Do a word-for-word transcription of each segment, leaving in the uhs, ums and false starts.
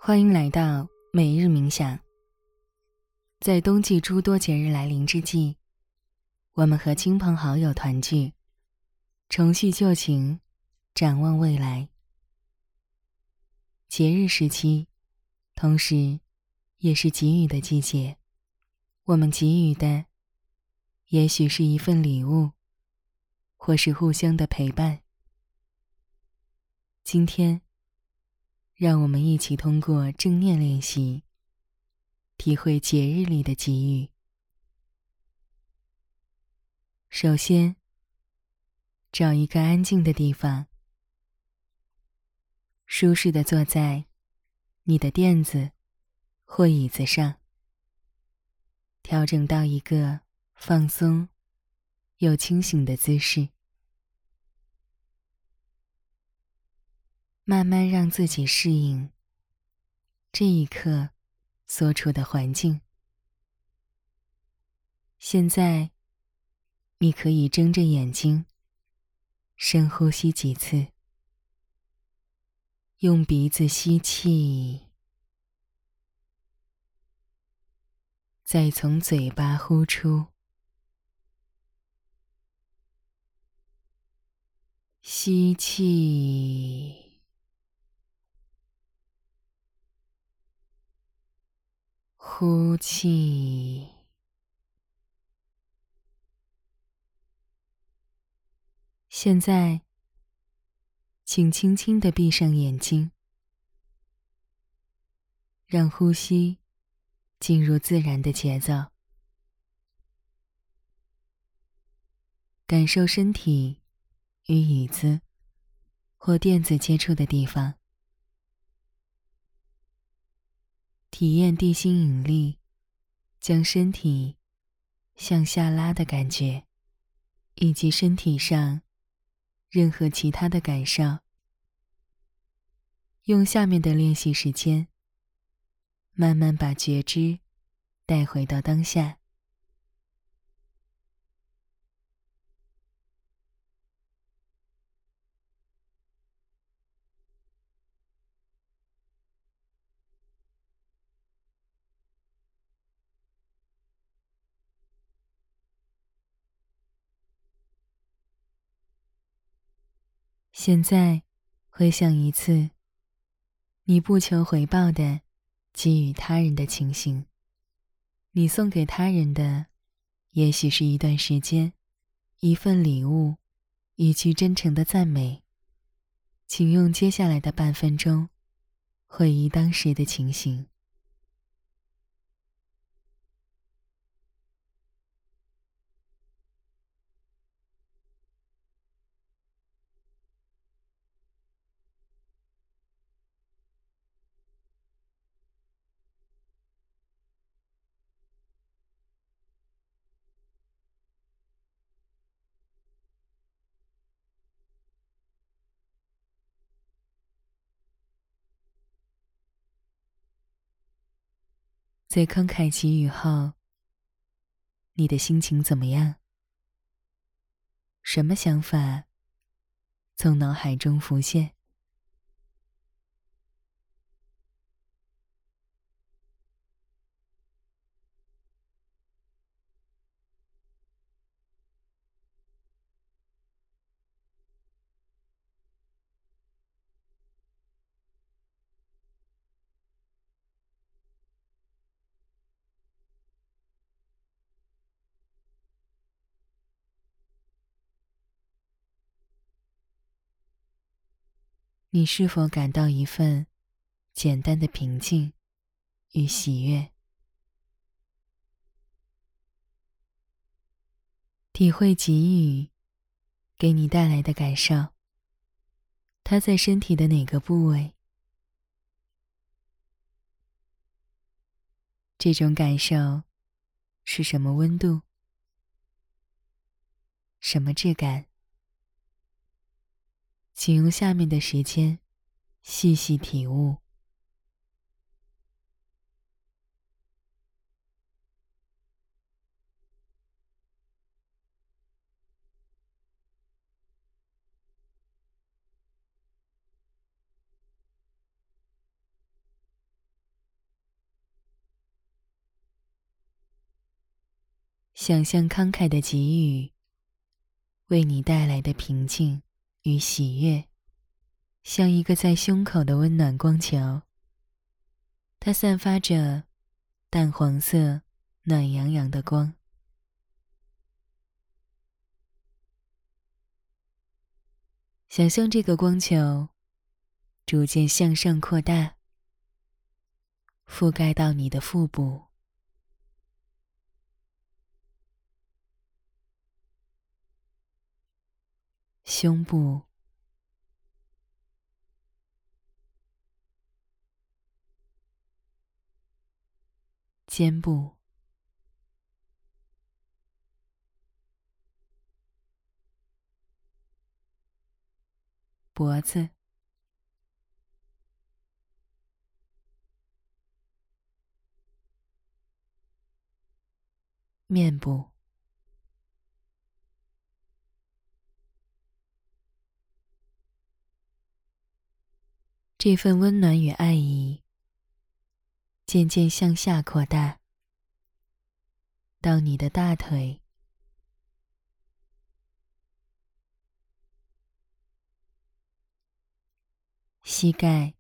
欢迎来到每日冥想。在冬季诸多节日来临之际，我们和亲朋好友团聚，重叙旧情，展望未来。节日时期，同时也是给予的季节。我们给予的，也许是一份礼物，或是互相的陪伴。今天，让我们一起通过正念练习，体会节日里的给予。首先，找一个安静的地方，舒适地坐在你的垫子或椅子上，调整到一个放松又清醒的姿势，慢慢让自己适应这一刻所处的环境。现在，你可以睁着眼睛，深呼吸几次，用鼻子吸气，再从嘴巴呼出。吸气，呼气。现在，请轻轻地闭上眼睛，让呼吸进入自然的节奏，感受身体与椅子或垫子接触的地方，体验地心引力将身体向下拉的感觉，以及身体上任何其他的感受。用下面的练习时间，慢慢把觉知带回到当下。现在，回想一次你不求回报的给予他人的情形。你送给他人的，也许是一段时间，一份礼物，一句真诚的赞美。请用接下来的半分钟回忆当时的情形。在慷慨给予后，你的心情怎么样？什么想法从脑海中浮现？你是否感到一份简单的平静与喜悦？体会给予给你带来的感受，它在身体的哪个部位？这种感受是什么温度？什么质感？请用下面的时间细细体悟。 想象慷慨的给予为你带来的平静与喜悦，像一个在胸口的温暖光球，它散发着淡黄色暖洋洋的光。想象这个光球逐渐向上扩大，覆盖到你的腹部、胸部、肩部、脖子、面部。这份温暖与爱意渐渐向下扩大，到你的大腿、膝盖、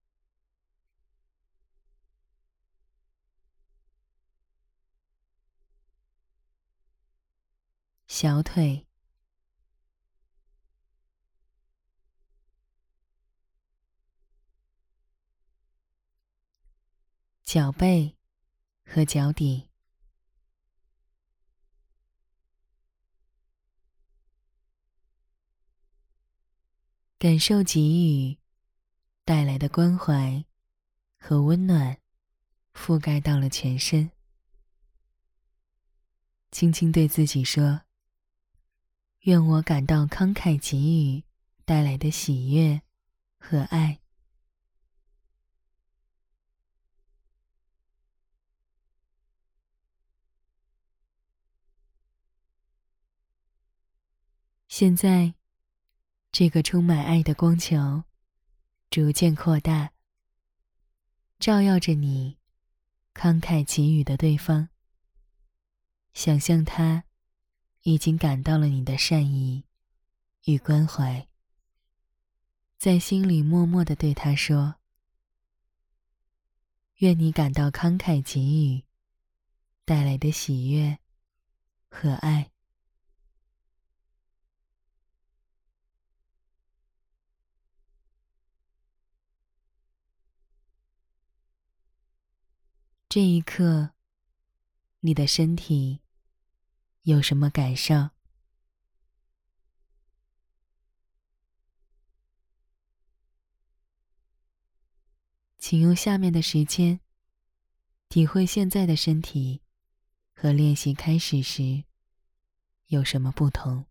小腿、脚背和脚底。感受给予带来的关怀和温暖覆盖到了全身。轻轻对自己说，愿我感到慷慨给予带来的喜悦和爱。现在，这个充满爱的光球逐渐扩大，照耀着你慷慨给予的对方。想象他已经感到了你的善意与关怀，在心里默默地对他说，愿你感到慷慨给予带来的喜悦和爱。这一刻，你的身体有什么感受？请用下面的时间体会现在的身体和练习开始时有什么不同。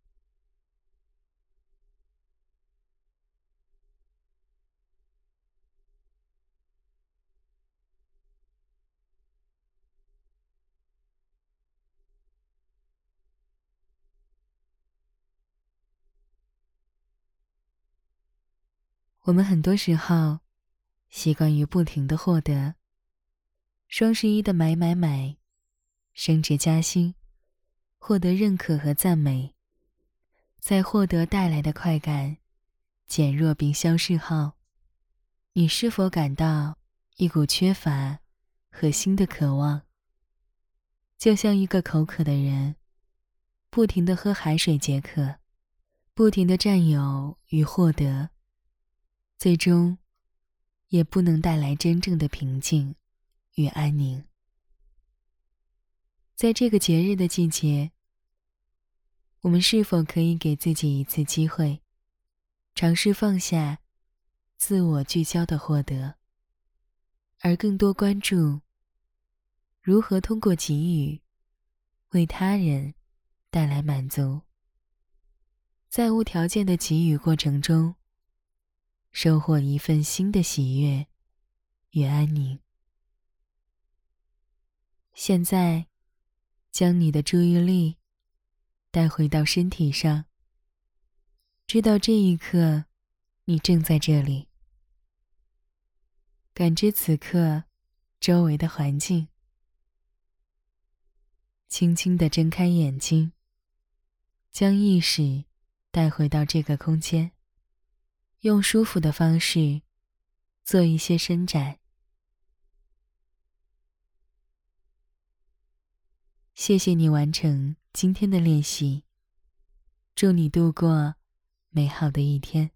我们很多时候习惯于不停地获得，双十一的买买买，升职加薪，获得认可和赞美，在获得带来的快感减弱并消逝后，你是否感到一股缺乏和新的渴望？就像一个口渴的人，不停地喝海水解渴，不停地占有与获得，最终也不能带来真正的平静与安宁。在这个节日的季节，我们是否可以给自己一次机会，尝试放下自我聚焦的获得，而更多关注如何通过给予为他人带来满足，在无条件的给予过程中收获一份新的喜悦与安宁。现在，将你的注意力带回到身体上，知道这一刻你正在这里，感知此刻周围的环境， 轻轻地睁开眼睛，将意识带回到这个空间，用舒服的方式做一些伸展。谢谢你完成今天的练习，祝你度过美好的一天。